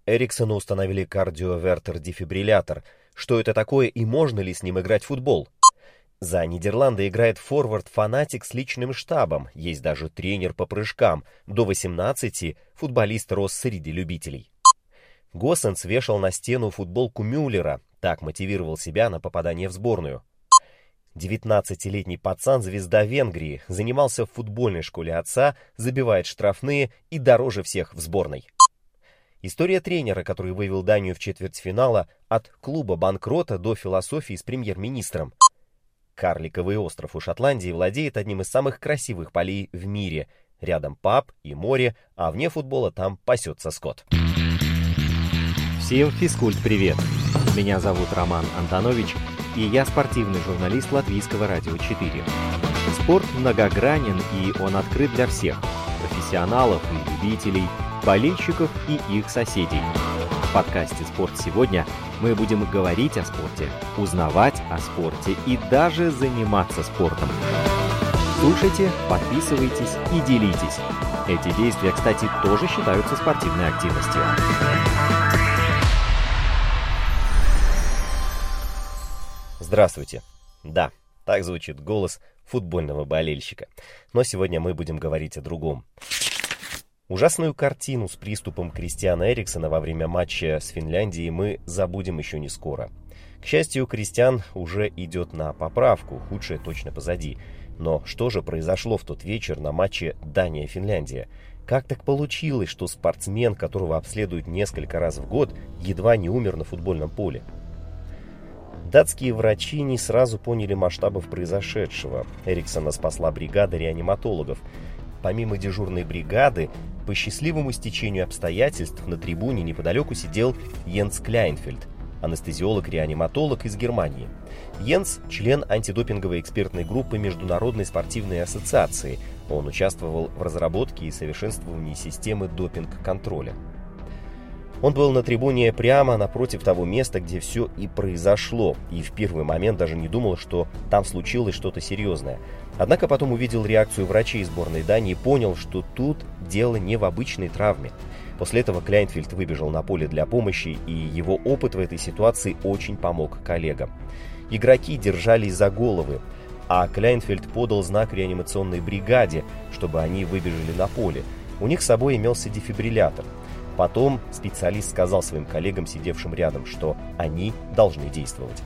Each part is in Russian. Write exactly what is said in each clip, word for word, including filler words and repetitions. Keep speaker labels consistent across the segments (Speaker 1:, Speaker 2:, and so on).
Speaker 1: Эриксону установили кардиовертер-дефибриллятор. Что это такое и можно ли с ним играть в футбол? За Нидерланды играет форвард-фанатик с личным штабом, есть даже тренер по прыжкам. До восемнадцати футболист рос среди любителей. Госсенс вешал на стену футболку Мюллера, так мотивировал себя на попадание в сборную. девятнадцатилетний пацан, звезда Венгрии, занимался в футбольной школе отца, забивает штрафные и дороже всех в сборной. История тренера, который вывел Данию в четвертьфинала от клуба-банкрота до философии с премьер-министром. Карликовый остров у Шотландии владеет одним из самых красивых полей в мире. Рядом паб и море, а вне футбола там пасется скот.
Speaker 2: Всем физкульт-привет! Меня зовут Роман Антонович, и я спортивный журналист Латвийского радио четыре. Спорт многогранен, и он открыт для всех – профессионалов и любителей, болельщиков и их соседей. В подкасте «Спорт сегодня» мы будем говорить о спорте, узнавать о спорте и даже заниматься спортом. Слушайте, подписывайтесь и делитесь. Эти действия, кстати, тоже считаются спортивной активностью.
Speaker 1: Здравствуйте. Да, так звучит голос футбольного болельщика. Но сегодня мы будем говорить о другом. Ужасную картину с приступом Кристиана Эриксена во время матча с Финляндией мы забудем еще не скоро. К счастью, Кристиан уже идет на поправку, худшее точно позади. Но что же произошло в тот вечер на матче Дания-Финляндия? Как так получилось, что спортсмен, которого обследуют несколько раз в год, едва не умер на футбольном поле? Датские врачи не сразу поняли масштабов произошедшего. Эриксена спасла бригада реаниматологов. Помимо дежурной бригады, по счастливому стечению обстоятельств на трибуне неподалеку сидел Йенс Кляйнфельд, анестезиолог-реаниматолог из Германии. Йенс – член антидопинговой экспертной группы Международной спортивной ассоциации. Он участвовал в разработке и совершенствовании системы допинг-контроля. Он был на трибуне прямо напротив того места, где все и произошло, и в первый момент даже не думал, что там случилось что-то серьезное. Однако потом увидел реакцию врачей сборной Дании и понял, что тут дело не в обычной травме. После этого Кляйнфельд выбежал на поле для помощи, и его опыт в этой ситуации очень помог коллегам. Игроки держались за головы, а Кляйнфельд подал знак реанимационной бригаде, чтобы они выбежали на поле. У них с собой имелся дефибриллятор. Потом специалист сказал своим коллегам, сидевшим рядом, что они должны действовать.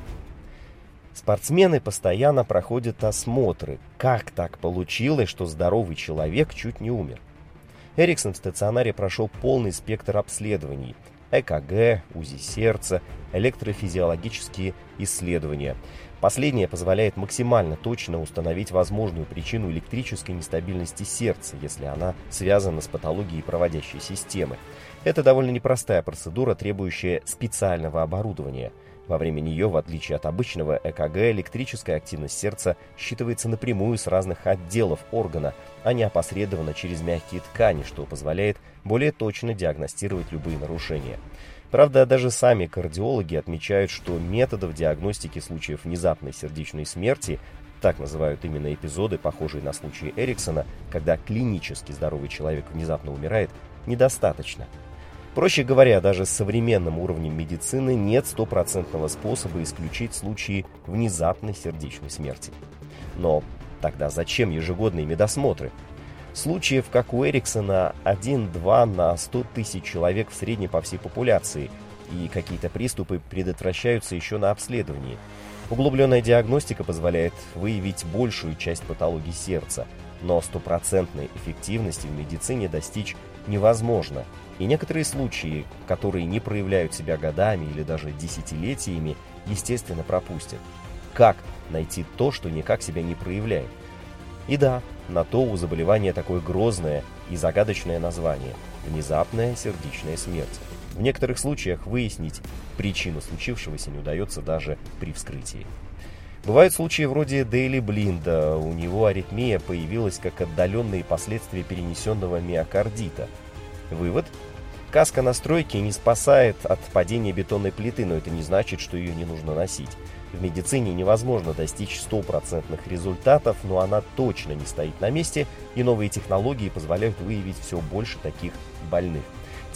Speaker 1: Спортсмены постоянно проходят осмотры. Как так получилось, что здоровый человек чуть не умер? Эриксон в стационаре прошел полный спектр обследований. ЭКГ, УЗИ сердца, электрофизиологические исследования. Последнее позволяет максимально точно установить возможную причину электрической нестабильности сердца, если она связана с патологией проводящей системы. Это довольно непростая процедура, требующая специального оборудования. Во время нее, в отличие от обычного ЭКГ, электрическая активность сердца считывается напрямую с разных отделов органа, а не опосредованно через мягкие ткани, что позволяет более точно диагностировать любые нарушения. Правда, даже сами кардиологи отмечают, что методов диагностики случаев внезапной сердечной смерти, так называют именно эпизоды, похожие на случай Эриксена, когда клинически здоровый человек внезапно умирает, недостаточно. Проще говоря, даже с современным уровнем медицины нет стопроцентного способа исключить случаи внезапной сердечной смерти. Но тогда зачем ежегодные медосмотры? Случаев, как у Эриксена, один-два на сто тысяч человек в среднем по всей популяции, и какие-то приступы предотвращаются еще на обследовании. Углубленная диагностика позволяет выявить большую часть патологии сердца, но стопроцентной эффективности в медицине достичь невозможно, и некоторые случаи, которые не проявляют себя годами или даже десятилетиями, естественно, пропустят. Как найти то, что никак себя не проявляет? И да, на то у заболевания такое грозное и загадочное название – внезапная сердечная смерть. В некоторых случаях выяснить причину случившегося не удается даже при вскрытии. Бывают случаи вроде Дейли Блинда, у него аритмия появилась как отдаленные последствия перенесенного миокардита. Вывод – каска на стройке не спасает от падения бетонной плиты, но это не значит, что ее не нужно носить. В медицине невозможно достичь стопроцентных результатов, но она точно не стоит на месте, и новые технологии позволяют выявить все больше таких больных.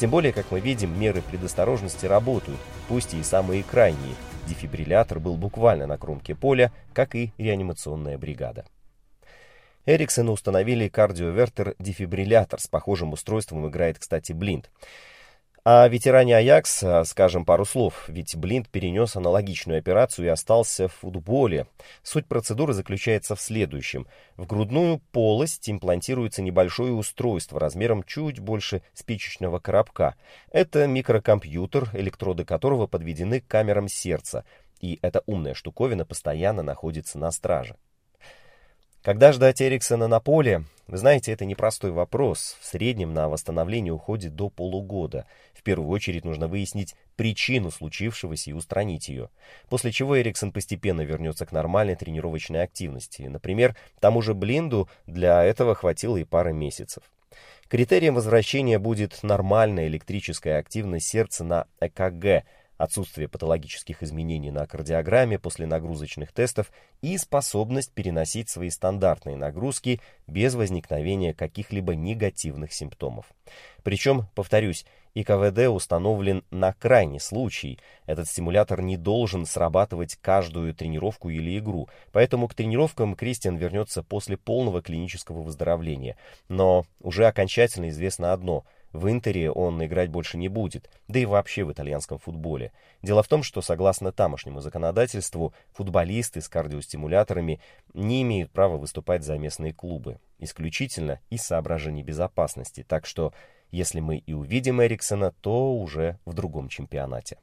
Speaker 1: Тем более, как мы видим, меры предосторожности работают, пусть и самые крайние. Дефибриллятор был буквально на кромке поля, как и реанимационная бригада. Эриксену установили кардиовертер-дефибриллятор. С похожим устройством играет, кстати, Блинд. О ветеране Аякс скажем пару слов, ведь Блинд перенес аналогичную операцию и остался в футболе. Суть процедуры заключается в следующем. В грудную полость имплантируется небольшое устройство размером чуть больше спичечного коробка. Это микрокомпьютер, электроды которого подведены к камерам сердца, и эта умная штуковина постоянно находится на страже. Когда ждать Эриксена на поле? Вы знаете, это непростой вопрос. В среднем на восстановление уходит до полугода. В первую очередь нужно выяснить причину случившегося и устранить ее. После чего Эриксен постепенно вернется к нормальной тренировочной активности. Например, тому же Блинду для этого хватило и пары месяцев. Критерием возвращения будет нормальная электрическая активность сердца на э ка гэ, отсутствие патологических изменений на кардиограмме после нагрузочных тестов и способность переносить свои стандартные нагрузки без возникновения каких-либо негативных симптомов. Причем, повторюсь, и ка вэ дэ установлен на крайний случай. Этот стимулятор не должен срабатывать каждую тренировку или игру, поэтому к тренировкам Кристиан вернется после полного клинического выздоровления. Но уже окончательно известно одно – в Интере он играть больше не будет, да и вообще в итальянском футболе. Дело в том, что согласно тамошнему законодательству, футболисты с кардиостимуляторами не имеют права выступать за местные клубы, исключительно из соображений безопасности. Так что, если мы и увидим Эриксена, то уже в другом чемпионате.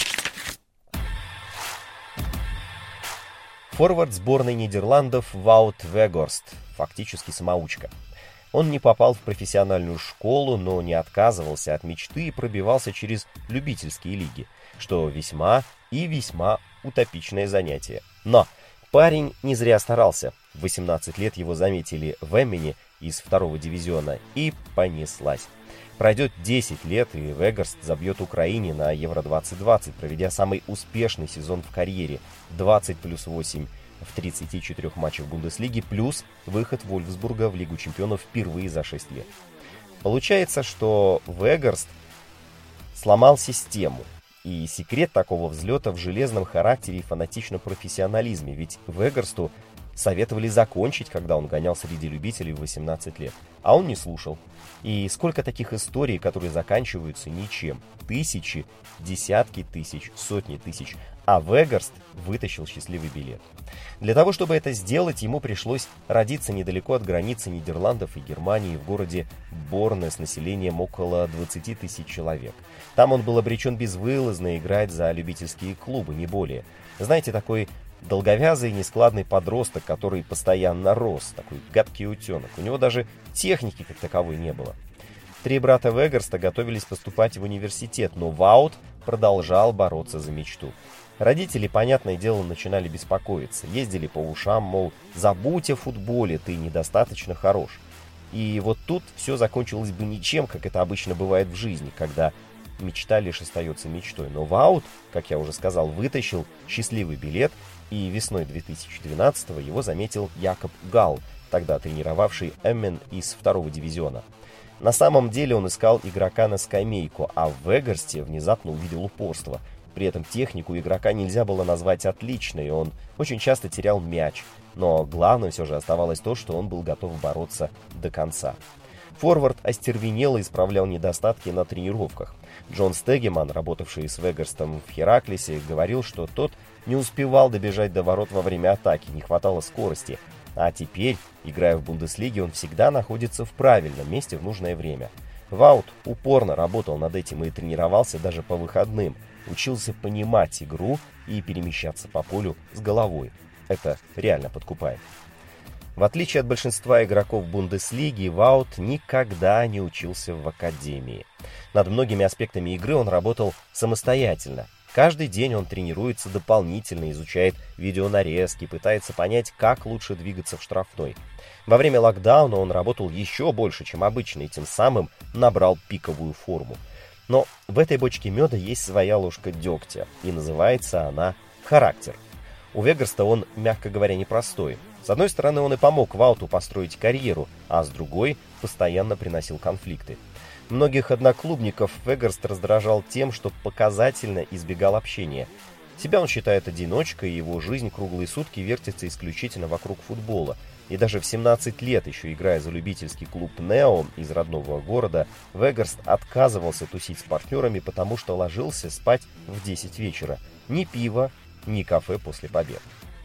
Speaker 1: Форвард сборной Нидерландов Воут Вегорст, фактически самоучка. Он не попал в профессиональную школу, но не отказывался от мечты и пробивался через любительские лиги, что весьма и весьма утопичное занятие. Но парень не зря старался. В восемнадцать лет его заметили в Эммене из второго дивизиона, и понеслась. Пройдет десять лет, и Вегорст забьет Украине на Евро двадцать двадцать, проведя самый успешный сезон в карьере – двадцать плюс восемь в тридцати четырёх матчах Бундеслиги, плюс выход Вольфсбурга в Лигу чемпионов впервые за шесть лет. Получается, что Вегорст сломал систему. И секрет такого взлета в железном характере и фанатичном профессионализме, ведь Вегорсту советовали закончить, когда он гонял среди любителей в восемнадцать лет, а он не слушал. И сколько таких историй, которые заканчиваются ничем. Тысячи, десятки тысяч, сотни тысяч. А Вегорст вытащил счастливый билет. Для того, чтобы это сделать, ему пришлось родиться недалеко от границы Нидерландов и Германии в городе Борне с населением около двадцати тысяч человек. Там он был обречен безвылазно играть за любительские клубы, не более. Знаете, такой долговязый, нескладный подросток, который постоянно рос, такой гадкий утенок. У него даже техники как таковой не было. Три брата Вегорста готовились поступать в университет, но Воут продолжал бороться за мечту. Родители, понятное дело, начинали беспокоиться. Ездили по ушам, мол, забудь о футболе, ты недостаточно хорош. И вот тут все закончилось бы ничем, как это обычно бывает в жизни, когда мечта лишь остается мечтой. Но Воут, как я уже сказал, вытащил счастливый билет, и весной две тысячи двенадцатого его заметил Якоб Гал, тогда тренировавший Эммен из второго дивизиона. На самом деле он искал игрока на скамейку, а в Вегорсте внезапно увидел упорство. При этом технику игрока нельзя было назвать отличной, он очень часто терял мяч. Но главным все же оставалось то, что он был готов бороться до конца. Форвард остервенело исправлял недостатки на тренировках. Джон Стегеман, работавший с Вегорстом в Хераклисе, говорил, что тот не успевал добежать до ворот во время атаки, не хватало скорости. А теперь, играя в Бундеслиге, он всегда находится в правильном месте в нужное время. Воут упорно работал над этим и тренировался даже по выходным. Учился понимать игру и перемещаться по полю с головой. Это реально подкупает. В отличие от большинства игроков Бундеслиги, Воут никогда не учился в академии. Над многими аспектами игры он работал самостоятельно. Каждый день он тренируется дополнительно, изучает видеонарезки, пытается понять, как лучше двигаться в штрафной. Во время локдауна он работал еще больше, чем обычно, и тем самым набрал пиковую форму. Но в этой бочке меда есть своя ложка дегтя, и называется она характер. У Вегорста он, мягко говоря, непростой. С одной стороны, он и помог Воуту построить карьеру, а с другой постоянно приносил конфликты. Многих одноклубников Вегерст раздражал тем, что показательно избегал общения. Себя он считает одиночкой, и его жизнь круглые сутки вертится исключительно вокруг футбола. И даже в семнадцать лет, еще играя за любительский клуб «Нео» из родного города, Вегерст отказывался тусить с партнерами, потому что ложился спать в десять вечера. Ни пива, ни кафе после побед.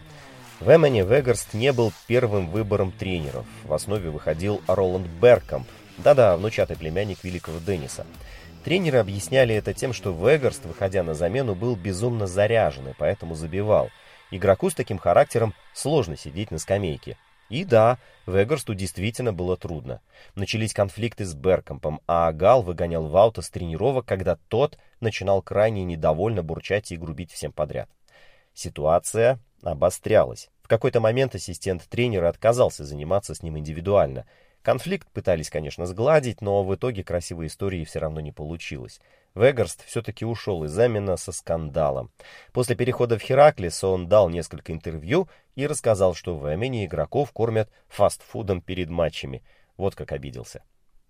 Speaker 1: В Эммоне Вегерст не был первым выбором тренеров. В основе выходил Роланд Беркамп. Да-да, внучатый племянник великого Денниса. Тренеры объясняли это тем, что Вегерст, выходя на замену, был безумно заряжен и поэтому забивал. Игроку с таким характером сложно сидеть на скамейке. И да, Вегерсту действительно было трудно. Начались конфликты с Беркампом, а Гал выгонял Ваута с тренировок, когда тот начинал крайне недовольно бурчать и грубить всем подряд. Ситуация обострялась. В какой-то момент ассистент тренера отказался заниматься с ним индивидуально. Конфликт пытались, конечно, сгладить, но в итоге красивой истории все равно не получилось. Вегерст все-таки ушел из Эммена со скандалом. После перехода в Хераклис он дал несколько интервью и рассказал, что в Эммене игроков кормят фастфудом перед матчами. Вот как обиделся.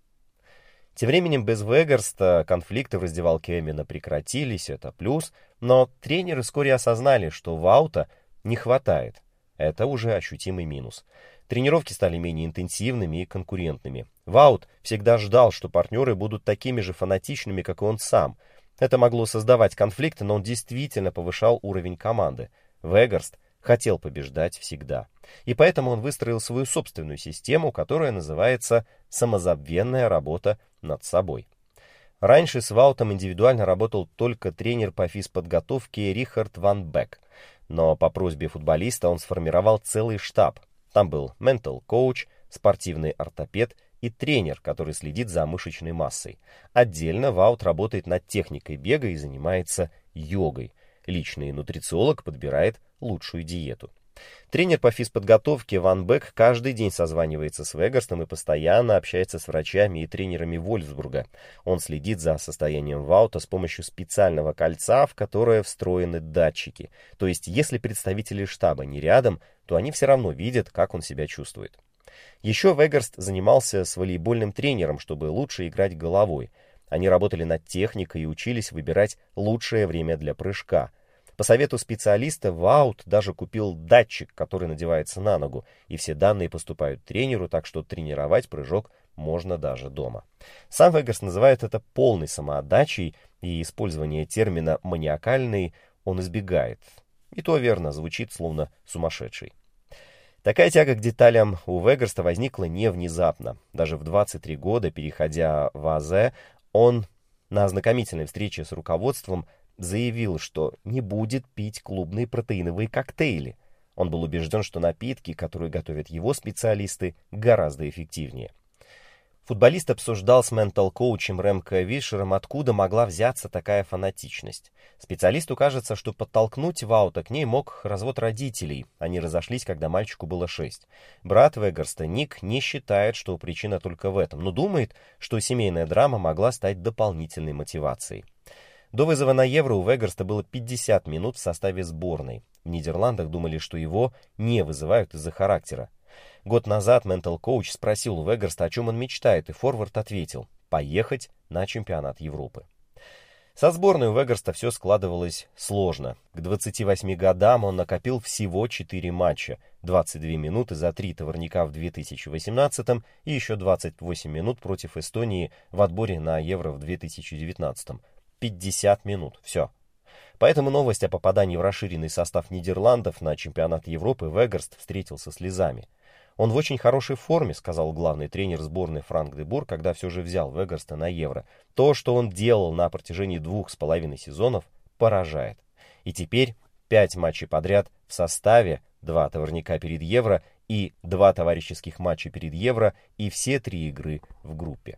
Speaker 1: Тем временем без Вегерста конфликты в раздевалке Эммена прекратились, это плюс, но тренеры вскоре осознали, что Ваута не хватает. Это уже ощутимый минус. Тренировки стали менее интенсивными и конкурентными. Ваут всегда ждал, что партнеры будут такими же фанатичными, как и он сам. Это могло создавать конфликты, но он действительно повышал уровень команды. Вегерст хотел побеждать всегда. И поэтому он выстроил свою собственную систему, которая называется «самозабвенная работа над собой». Раньше с Ваутом индивидуально работал только тренер по физподготовке Рихард Ван Бек. Но по просьбе футболиста он сформировал целый штаб. Там был ментал-коуч, спортивный ортопед и тренер, который следит за мышечной массой. Отдельно Ваут работает над техникой бега и занимается йогой. Личный нутрициолог подбирает лучшую диету. Тренер по физподготовке Ван Бек каждый день созванивается с Вегерстом и постоянно общается с врачами и тренерами Вольфсбурга. Он следит за состоянием Ваута с помощью специального кольца, в которое встроены датчики. То есть, если представители штаба не рядом, то они все равно видят, как он себя чувствует. Еще Вегерст занимался с волейбольным тренером, чтобы лучше играть головой. Они работали над техникой и учились выбирать лучшее время для прыжка. По совету специалиста Ваут даже купил датчик, который надевается на ногу, и все данные поступают тренеру, так что тренировать прыжок можно даже дома. Сам Вегерст называет это полной самоотдачей, и использование термина «маниакальный» он избегает. И то верно, звучит словно сумасшедший. Такая тяга к деталям у Вегерста возникла не внезапно. Даже в двадцать три года, переходя в АЗ, он на ознакомительной встрече с руководством заявил, что не будет пить клубные протеиновые коктейли. Он был убежден, что напитки, которые готовят его специалисты, гораздо эффективнее. Футболист обсуждал с ментал-коучем Ремко Вишером, откуда могла взяться такая фанатичность. Специалисту кажется, что подтолкнуть Ваута к ней мог развод родителей. Они разошлись, когда мальчику было шесть. Брат Вегерста, Ник, не считает, что причина только в этом, но думает, что семейная драма могла стать дополнительной мотивацией. До вызова на Евро у Вегерста было пятьдесят минут в составе сборной. В Нидерландах думали, что его не вызывают из-за характера. Год назад ментал-коуч спросил у Вегерста, о чем он мечтает, и форвард ответил: поехать на чемпионат Европы. Со сборной у Вегерста все складывалось сложно. К двадцати восьми годам он накопил всего четыре матча, двадцать две минуты за три товарняка в две тысячи восемнадцатом и еще двадцать восемь минут против Эстонии в отборе на Евро в две тысячи девятнадцатом. пятьдесят минут, все. Поэтому новость о попадании в расширенный состав Нидерландов на чемпионат Европы Вегерст встретил со слезами. «Он в очень хорошей форме», — сказал главный тренер сборной Франк де Бур, когда все же взял Вегерста на Евро. «То, что он делал на протяжении двух с половиной сезонов, поражает. И теперь пять матчей подряд в составе, два товарняка перед Евро и два товарищеских матча перед Евро и все три игры в группе».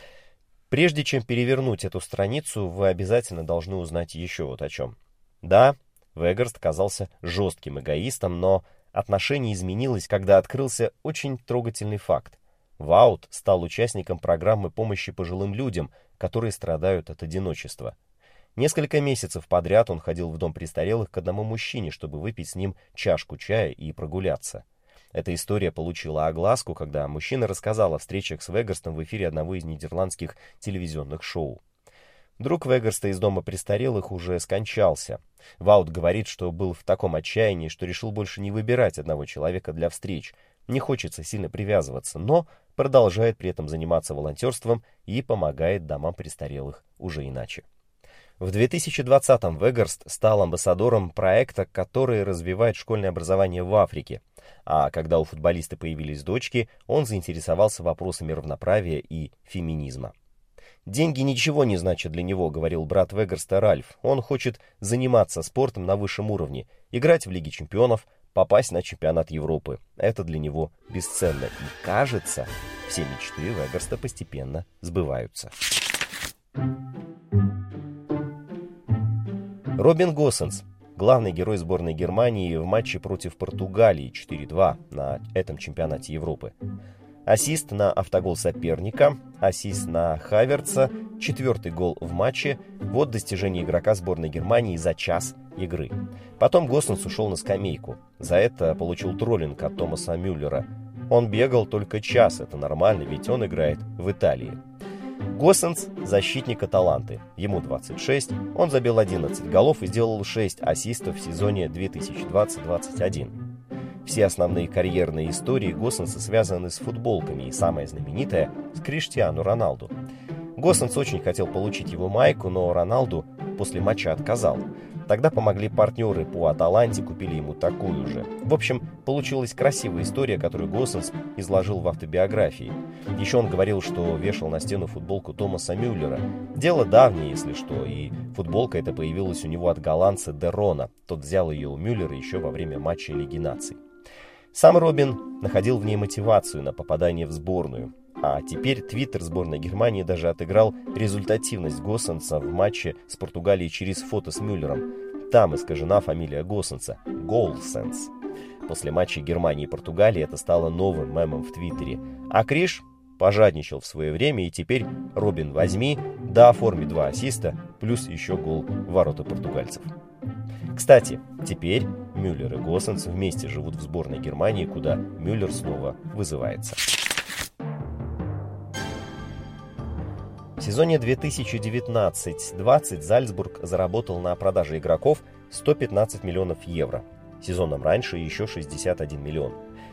Speaker 1: Прежде чем перевернуть эту страницу, вы обязательно должны узнать еще вот о чем. Да, Вегерст казался жестким эгоистом, но отношение изменилось, когда открылся очень трогательный факт. Ваут стал участником программы помощи пожилым людям, которые страдают от одиночества. Несколько месяцев подряд он ходил в дом престарелых к одному мужчине, чтобы выпить с ним чашку чая и прогуляться. Эта история получила огласку, когда мужчина рассказал о встречах с Вегерстом в эфире одного из нидерландских телевизионных шоу. Друг Вегерста из дома престарелых уже скончался. Ваут говорит, что был в таком отчаянии, что решил больше не выбирать одного человека для встреч. Не хочется сильно привязываться, но продолжает при этом заниматься волонтерством и помогает домам престарелых уже иначе. В две тысячи двадцатом Вегерст стал амбассадором проекта, который развивает школьное образование в Африке. А когда у футболиста появились дочки, он заинтересовался вопросами равноправия и феминизма. «Деньги ничего не значат для него», — говорил брат Вегерста Ральф. «Он хочет заниматься спортом на высшем уровне, играть в Лиге чемпионов, попасть на чемпионат Европы. Это для него бесценно. И кажется, все мечты Вегерста постепенно сбываются». Робин Госсенс, главный герой сборной Германии в матче против Португалии четыре-два на этом чемпионате Европы. Ассист на автогол соперника, ассист на Хаверца, четвертый гол в матче. Вот достижение игрока сборной Германии за час игры. Потом Госсенс ушел на скамейку. За это получил троллинг от Томаса Мюллера. Он бегал только час, это нормально, ведь он играет в Италии. Госсенс – защитник Аталанты. Ему двадцать шесть, он забил одиннадцать голов и сделал шесть ассистов в сезоне две тысячи двадцать — двадцать один. Все основные карьерные истории Госсенса связаны с футболками, и самая знаменитая – с Криштиану Роналду. Госсенс очень хотел получить его майку, но Роналду после матча отказал. Тогда помогли партнеры по Аталанте, купили ему такую же. В общем, получилась красивая история, которую Госсенс изложил в автобиографии. Еще он говорил, что вешал на стену футболку Томаса Мюллера. Дело давнее, если что, и футболка эта появилась у него от голландца Де Рона. Тот взял ее у Мюллера еще во время матча Лиги наций. Сам Робин находил в ней мотивацию на попадание в сборную. А теперь твиттер сборной Германии даже отыграл результативность Госсенса в матче с Португалией через фото с Мюллером. Там искажена фамилия Госсенса – Голсенс. После матча Германии и Португалии это стало новым мемом в твиттере. А Криш пожадничал в свое время, и теперь Робин возьми, да оформи два ассиста, плюс еще гол в ворота португальцев. Кстати, теперь Мюллер и Госсенс вместе живут в сборной Германии, куда Мюллер снова вызывается. В сезоне две тысячи девятнадцать двадцать Зальцбург заработал на продаже игроков сто пятнадцать миллионов евро. Сезоном раньше еще шестьдесят один миллион.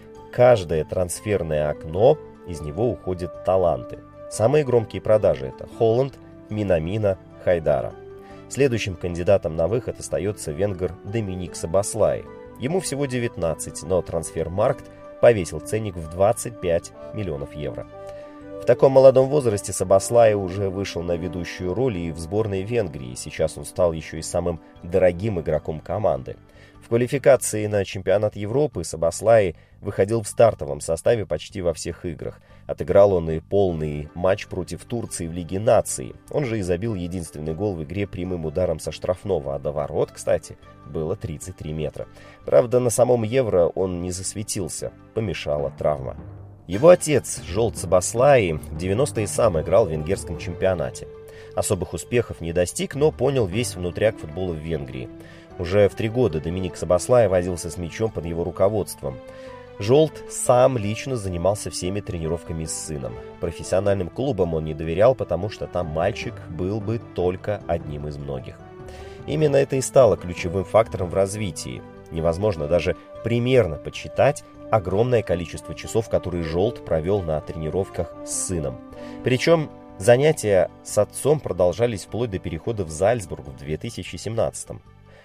Speaker 1: Каждое трансферное окно, из него уходят таланты. Самые громкие продажи – это Холланд, Минамино, Хайдара. Следующим кандидатом на выход остается венгер Доминик Сабослай. Ему всего девятнадцать, но Трансфермаркт повесил ценник в двадцать пять миллионов евро. В таком молодом возрасте Сабослай уже вышел на ведущую роль и в сборной Венгрии. Сейчас он стал еще и самым дорогим игроком команды. В квалификации на чемпионат Европы Сабослай выходил в стартовом составе почти во всех играх. Отыграл он и полный матч против Турции в Лиге наций. Он же и забил единственный гол в игре прямым ударом со штрафного, а до ворот, кстати, было тридцать три метра. Правда, на самом Евро он не засветился, помешала травма. Его отец, Жолт Сабослай, в девяностые сам играл в венгерском чемпионате. Особых успехов не достиг, но понял весь внутряк футбола в Венгрии. Уже в три года Доминик Сабослай возился с мячом под его руководством. Жолт сам лично занимался всеми тренировками с сыном. Профессиональным клубам он не доверял, потому что там мальчик был бы только одним из многих. Именно это и стало ключевым фактором в развитии. Невозможно даже примерно подсчитать огромное количество часов, которые Жолт провел на тренировках с сыном. Причем занятия с отцом продолжались вплоть до перехода в Зальцбург в две тысячи семнадцатом.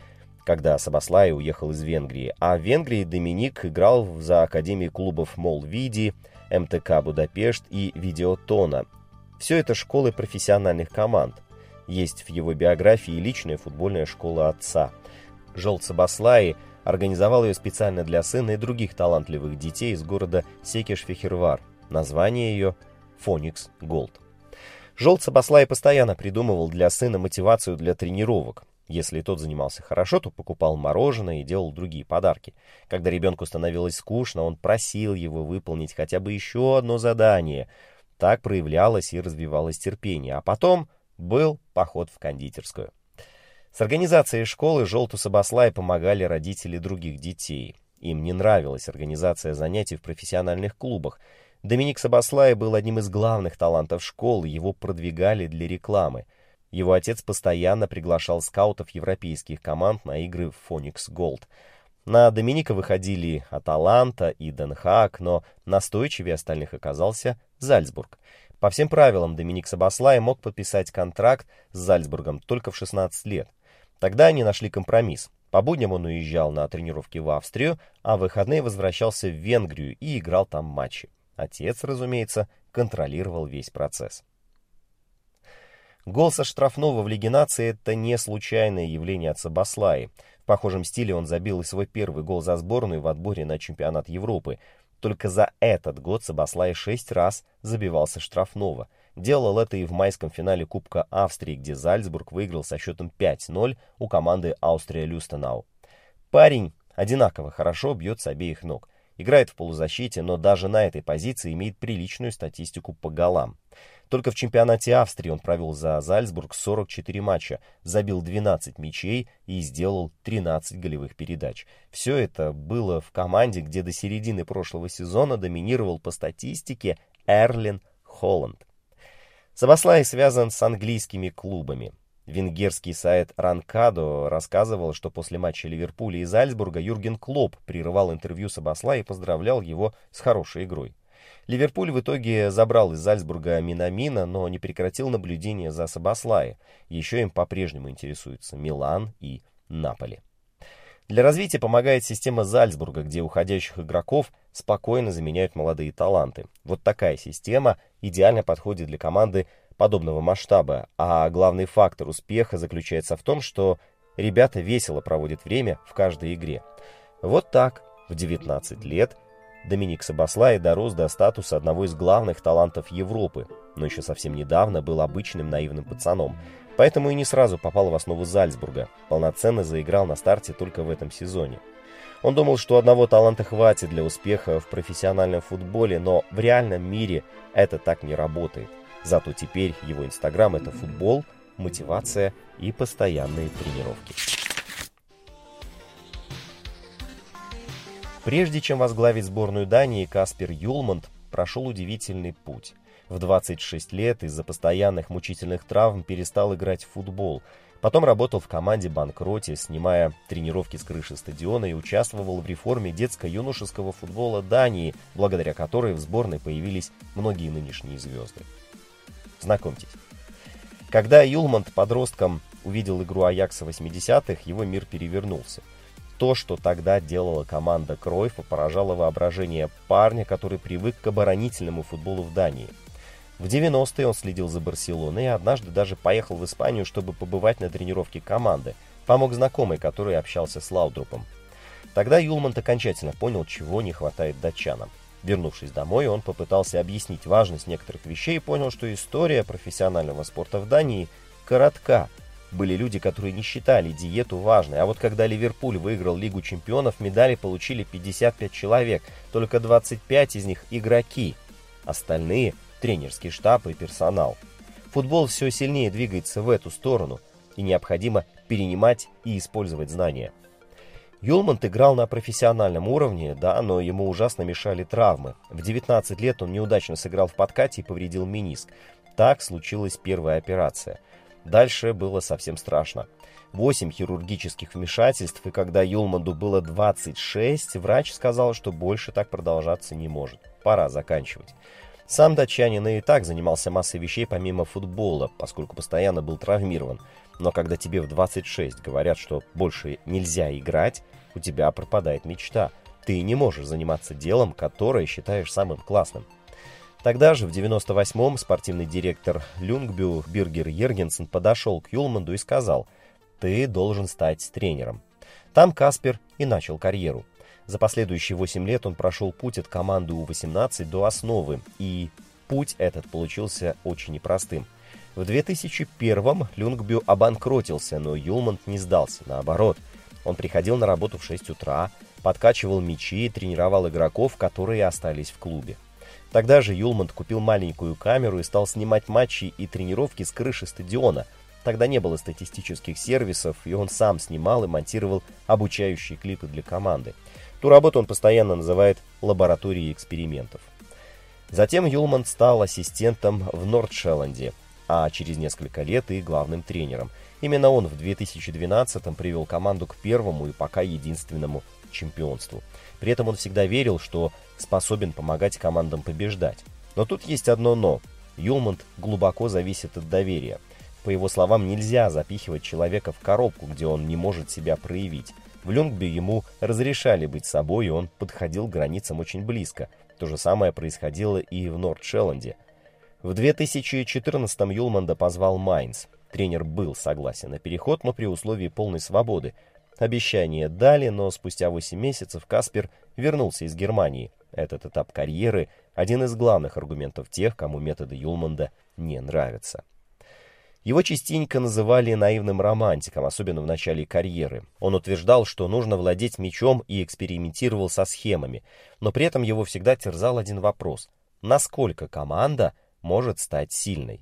Speaker 1: Когда Сабослай уехал из Венгрии, а в Венгрии Доминик играл за академии клубов Молвиди, эм тэ ка Будапешт и Видеотона. Все это школы профессиональных команд. Есть в его биографии личная футбольная школа отца. Жолт Сабослай организовал ее специально для сына и других талантливых детей из города Секеш-Фехервар. Название ее Фоникс Голд. Жолт Сабослай постоянно придумывал для сына мотивацию для тренировок. Если тот занимался хорошо, то покупал мороженое и делал другие подарки. Когда ребенку становилось скучно, он просил его выполнить хотя бы еще одно задание. Так проявлялось и развивалось терпение. А потом был поход в кондитерскую. С организацией школы Жолту Сабослай помогали родители других детей. Им не нравилась организация занятий в профессиональных клубах. Доминик Сабослай был одним из главных талантов школы, его продвигали для рекламы. Его отец постоянно приглашал скаутов европейских команд на игры в Phoenix Gold. На Доминика выходили Аталанта и Ден Хааг, но настойчивее остальных оказался Зальцбург. По всем правилам Доминик Сабослай мог подписать контракт с Зальцбургом только в шестнадцать лет. Тогда они нашли компромисс. По будням он уезжал на тренировки в Австрию, а в выходные возвращался в Венгрию и играл там матчи. Отец, разумеется, контролировал весь процесс. Гол со штрафного в Лиге наций — это не случайное явление от Сабослаи. В похожем стиле он забил и свой первый гол за сборную в отборе на чемпионат Европы. Только за этот год Сабослай шесть раз забивался штрафного. Делал это и в майском финале Кубка Австрии, где Зальцбург выиграл со счетом пять ноль у команды Аустрия-Люстенау. Парень одинаково хорошо бьет с обеих ног. Играет в полузащите, но даже на этой позиции имеет приличную статистику по голам. Только в чемпионате Австрии он провел за Зальцбург сорок четыре матча, забил двенадцать мячей и сделал тринадцать голевых передач. Все это было в команде, где до середины прошлого сезона доминировал по статистике Эрлин Холланд. Сабослай связан с английскими клубами. Венгерский сайт Ранкадо рассказывал, что после матча Ливерпуля и Зальцбурга Юрген Клопп прерывал интервью Сабослая и поздравлял его с хорошей игрой. Ливерпуль в итоге забрал из Зальцбурга Минамина, но не прекратил наблюдение за Сабослаем. Еще им по-прежнему интересуются Милан и Наполи. Для развития помогает система Зальцбурга, где уходящих игроков спокойно заменяют молодые таланты. Вот такая система идеально подходит для команды подобного масштаба, а главный фактор успеха заключается в том, что ребята весело проводят время в каждой игре. Вот так в девятнадцать лет Доминик Сабослай дорос до статуса одного из главных талантов Европы, но еще совсем недавно был обычным наивным пацаном, поэтому и не сразу попал в основу Зальцбурга, полноценно заиграл на старте только в этом сезоне. Он думал, что одного таланта хватит для успеха в профессиональном футболе, но в реальном мире это так не работает. Зато теперь его инстаграм — это футбол, мотивация и постоянные тренировки. Прежде чем возглавить сборную Дании, Каспер Юлманд прошел удивительный путь. В двадцать шесть лет из-за постоянных мучительных травм перестал играть в футбол. Потом работал в команде Банкроте, снимая тренировки с крыши стадиона, и участвовал в реформе детско-юношеского футбола Дании, благодаря которой в сборной появились многие нынешние звезды. Знакомьтесь. Когда Юлманд подростком увидел игру Аякса восьмидесятых, его мир перевернулся. То, что тогда делала команда Кройфа, поражало воображение парня, который привык к оборонительному футболу в Дании. В девяностые он следил за Барселоной и однажды даже поехал в Испанию, чтобы побывать на тренировке команды. Помог знакомый, который общался с Лаудрупом. Тогда Юлманд окончательно понял, чего не хватает датчанам. Вернувшись домой, он попытался объяснить важность некоторых вещей и понял, что история профессионального спорта в Дании коротка. Были люди, которые не считали диету важной, а вот когда Ливерпуль выиграл Лигу чемпионов, медали получили пятьдесят пять человек, только двадцать пять из них игроки, остальные – тренерский штаб и персонал. Футбол все сильнее двигается в эту сторону, и необходимо перенимать и использовать знания. Юлманд играл на профессиональном уровне, да, но ему ужасно мешали травмы. В девятнадцать лет он неудачно сыграл в подкате и повредил мениск. Так случилась первая операция. Дальше было совсем страшно. Восемь хирургических вмешательств, и когда Юлманду было двадцать шесть, врач сказал, что больше так продолжаться не может. Пора заканчивать. Сам датчанин и так занимался массой вещей помимо футбола, поскольку постоянно был травмирован. Но когда тебе в двадцать шесть говорят, что больше нельзя играть, у тебя пропадает мечта. Ты не можешь заниматься делом, которое считаешь самым классным. Тогда же, в девяносто восьмом, спортивный директор Люнгбю Биргер Йергенсен подошел к Юлманду и сказал: «Ты должен стать тренером». Там Каспер и начал карьеру. За последующие восемь лет он прошел путь от команды У восемнадцать до основы, и путь этот получился очень непростым. В две тысячи первом Люнгбю обанкротился, но Юлманд не сдался, наоборот. Он приходил на работу в шесть утра, подкачивал мячи и тренировал игроков, которые остались в клубе. Тогда же Юлманд купил маленькую камеру и стал снимать матчи и тренировки с крыши стадиона. Тогда не было статистических сервисов, и он сам снимал и монтировал обучающие клипы для команды. Ту работу он постоянно называет лабораторией экспериментов. Затем Юлманд стал ассистентом в Нордшелленде, а через несколько лет и главным тренером. Именно он в две тысячи двенадцатом привел команду к первому и пока единственному чемпионству. При этом он всегда верил, что способен помогать командам побеждать. Но тут есть одно «но». Юлманд глубоко зависит от доверия. По его словам, нельзя запихивать человека в коробку, где он не может себя проявить. В Люнгби ему разрешали быть собой, и он подходил к границам очень близко. То же самое происходило и в Нордшелленде. В две тысячи четырнадцатом Юлманда позвал Майнц. Тренер был согласен на переход, но при условии полной свободы. Обещание дали, но спустя восемь месяцев Каспер вернулся из Германии. Этот этап карьеры – один из главных аргументов тех, кому методы Юлманда не нравятся. Его частенько называли наивным романтиком, особенно в начале карьеры. Он утверждал, что нужно владеть мячом, и экспериментировал со схемами. Но при этом его всегда терзал один вопрос – насколько команда может стать сильной?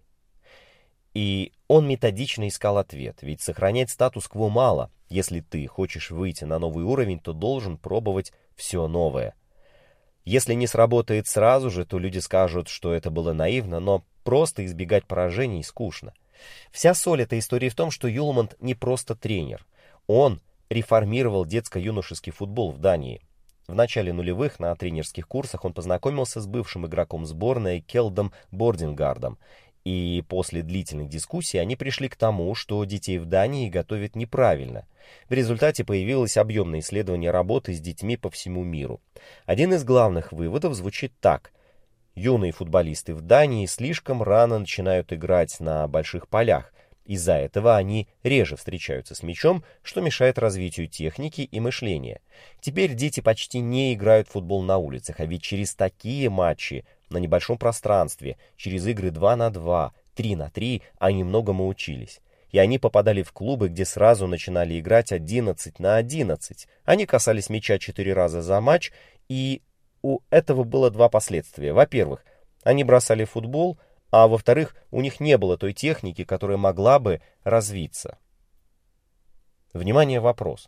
Speaker 1: И он методично искал ответ, ведь сохранять статус-кво мало. Если ты хочешь выйти на новый уровень, то должен пробовать все новое. Если не сработает сразу же, то люди скажут, что это было наивно, но просто избегать поражений скучно. Вся соль этой истории в том, что Юлманд не просто тренер. Он реформировал детско-юношеский футбол в Дании. В начале нулевых на тренерских курсах он познакомился с бывшим игроком сборной Келдом Бордингардом. И после длительных дискуссий они пришли к тому, что детей в Дании готовят неправильно. В результате появилось объемное исследование работы с детьми по всему миру. Один из главных выводов звучит так. Юные футболисты в Дании слишком рано начинают играть на больших полях. Из-за этого они реже встречаются с мячом, что мешает развитию техники и мышления. Теперь дети почти не играют в футбол на улицах, а ведь через такие матчи на небольшом пространстве, через игры два на два, три на три они многому учились. И они попадали в клубы, где сразу начинали играть одиннадцать на одиннадцать. Они касались мяча четыре раза за матч, и у этого было два последствия. Во-первых, они бросали футбол, а во-вторых, у них не было той техники, которая могла бы развиться. Внимание, вопрос.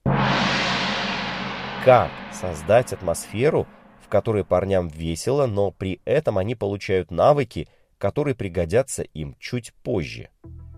Speaker 1: Как создать атмосферу, в которой парням весело, но при этом они получают навыки, которые пригодятся им чуть позже?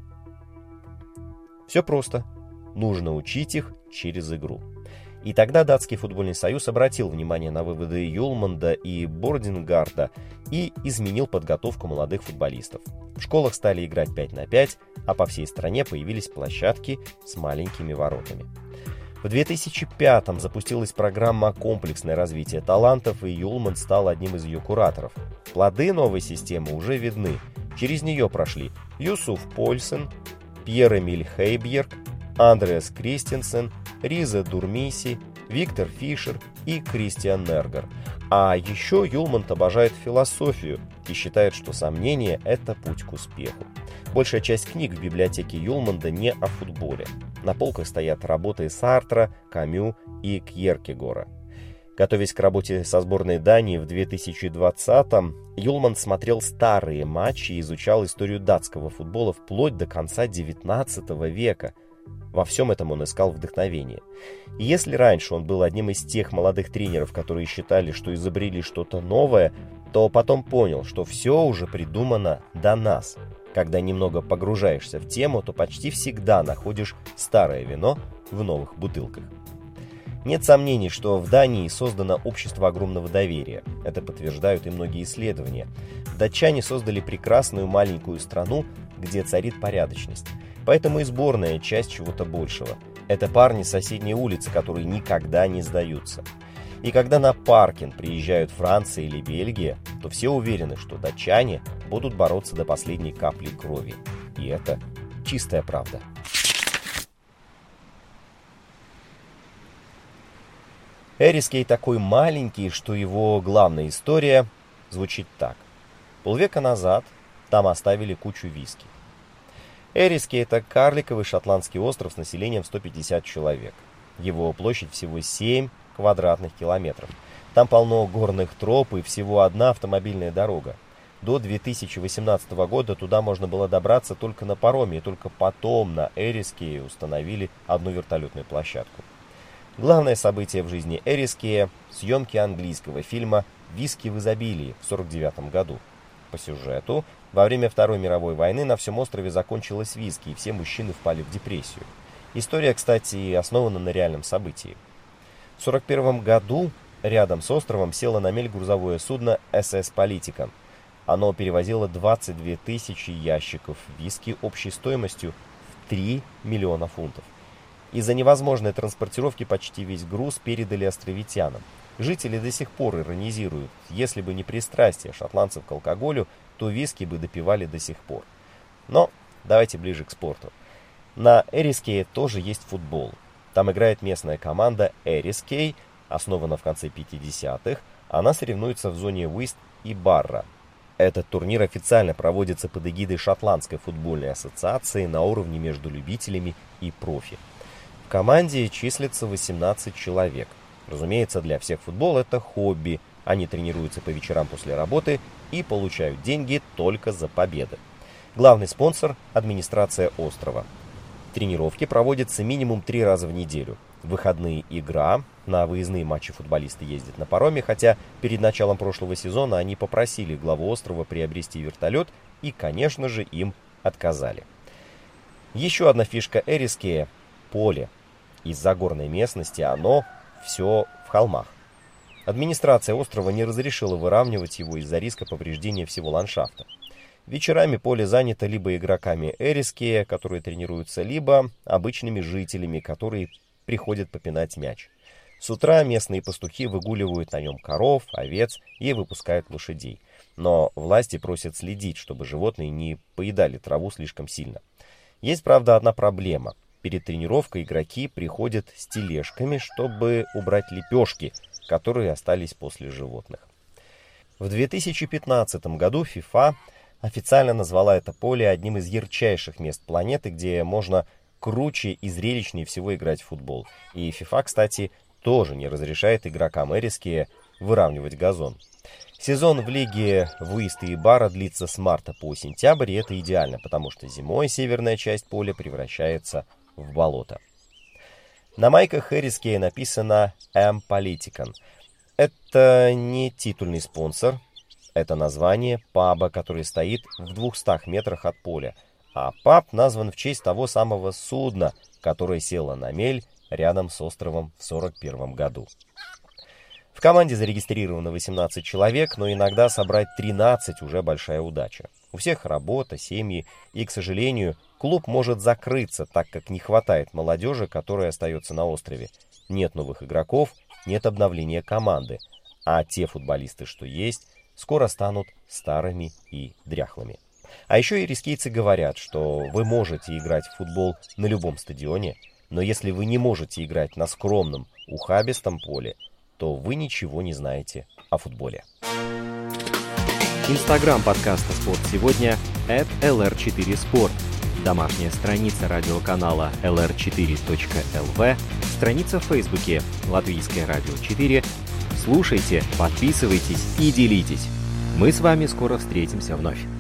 Speaker 1: Все просто. Нужно учить их через игру. И тогда датский футбольный союз обратил внимание на выводы Юлманда и Бордингарда и изменил подготовку молодых футболистов. В школах стали играть пять на пять, а по всей стране появились площадки с маленькими воротами. В две тысячи пятом запустилась программа «Комплексное развитие талантов», и Юлманд стал одним из ее кураторов. Плоды новой системы уже видны. Через нее прошли Юсуф Польсен, Пьер-Эмиль Хейбьерг, Андреас Кристенсен, Риза Дурмиси, Виктор Фишер и Кристиан Нергер. А еще Юлманд обожает философию и считает, что сомнение – это путь к успеху. Большая часть книг в библиотеке Юлманда не о футболе. На полках стоят работы Сартра, Камю и Кьеркегора. Готовясь к работе со сборной Дании в две тысячи двадцатом, Юлманд смотрел старые матчи и изучал историю датского футбола вплоть до конца девятнадцатого века. Во всем этом он искал вдохновение. И если раньше он был одним из тех молодых тренеров, которые считали, что изобрели что-то новое, то потом понял, что все уже придумано до нас. Когда немного погружаешься в тему, то почти всегда находишь старое вино в новых бутылках. Нет сомнений, что в Дании создано общество огромного доверия. Это подтверждают и многие исследования. Датчане создали прекрасную маленькую страну, где царит порядочность. Поэтому и сборная часть чего-то большего. Это парни с соседней улицы, которые никогда не сдаются. И когда на Паркин приезжают Франция или Бельгия, то все уверены, что датчане будут бороться до последней капли крови. И это чистая правда. Эрискей такой маленький, что его главная история звучит так. Полвека назад там оставили кучу виски. Эрискей – это карликовый шотландский остров с населением сто пятьдесят человек. Его площадь всего семь квадратных километров. Там полно горных троп и всего одна автомобильная дорога. До две тысячи восемнадцатого года туда можно было добраться только на пароме, и только потом на Эрискее установили одну вертолетную площадку. Главное событие в жизни Эрискея – съемки английского фильма «Виски в изобилии» в сорок девятом году. По сюжету, во время Второй мировой войны на всем острове закончилось виски, и все мужчины впали в депрессию. История, кстати, основана на реальном событии. В сорок первом году рядом с островом село на мель грузовое судно эс эс «Политикан». Оно перевозило двадцать две тысячи ящиков виски общей стоимостью в три миллиона фунтов. Из-за невозможной транспортировки почти весь груз передали островитянам. Жители до сих пор иронизируют, если бы не пристрастие шотландцев к алкоголю, то виски бы допивали до сих пор. Но давайте ближе к спорту. На Эрискее тоже есть футбол. Там играет местная команда Эрискей, основана в конце пятидесятых. Она соревнуется в зоне Уист и Барра. Этот турнир официально проводится под эгидой Шотландской футбольной ассоциации на уровне между любителями и профи. В команде числится восемнадцать человек. Разумеется, для всех футбол это хобби. Они тренируются по вечерам после работы и получают деньги только за победы. Главный спонсор – администрация острова. Тренировки проводятся минимум три раза в неделю. В выходные игра. На выездные матчи футболисты ездят на пароме, хотя перед началом прошлого сезона они попросили главу острова приобрести вертолет и, конечно же, им отказали. Еще одна фишка Эрискея – поле. Из-за горной местности оно все в холмах. Администрация острова не разрешила выравнивать его из-за риска повреждения всего ландшафта. Вечерами поле занято либо игроками Эрискея, которые тренируются, либо обычными жителями, которые приходят попинать мяч. С утра местные пастухи выгуливают на нем коров, овец и выпускают лошадей. Но власти просят следить, чтобы животные не поедали траву слишком сильно. Есть, правда, одна проблема. Перед тренировкой игроки приходят с тележками, чтобы убрать лепешки, которые остались после животных. В две тысячи пятнадцатом году FIFA официально назвала это поле одним из ярчайших мест планеты, где можно круче и зрелищнее всего играть в футбол. И FIFA, кстати, тоже не разрешает игрокам Эрискея выравнивать газон. Сезон в лиге Уист и Барра длится с марта по сентябрь, и это идеально, потому что зимой северная часть поля превращается в болото. На майках Эрискея написано «Am Politican». Это не титульный спонсор, это название паба, который стоит в двухстах метрах от поля, а паб назван в честь того самого судна, которое село на мель рядом с островом в сорок первом году. В команде зарегистрировано восемнадцать человек, но иногда собрать тринадцать уже большая удача. У всех работа, семьи, и, к сожалению, клуб может закрыться, так как не хватает молодежи, которая остается на острове. Нет новых игроков, нет обновления команды, а те футболисты, что есть, скоро станут старыми и дряхлыми. А еще эрискейцы говорят, что вы можете играть в футбол на любом стадионе, но если вы не можете играть на скромном, ухабистом поле, то вы ничего не знаете о футболе.
Speaker 2: Инстаграм подкаста «Спорт сегодня» эт эл эр четыре спорт. Домашняя страница радиоканала эл эр четыре точка эл ви, страница в Фейсбуке «Латвийское радио четыре». Слушайте, подписывайтесь и делитесь. Мы с вами скоро встретимся вновь.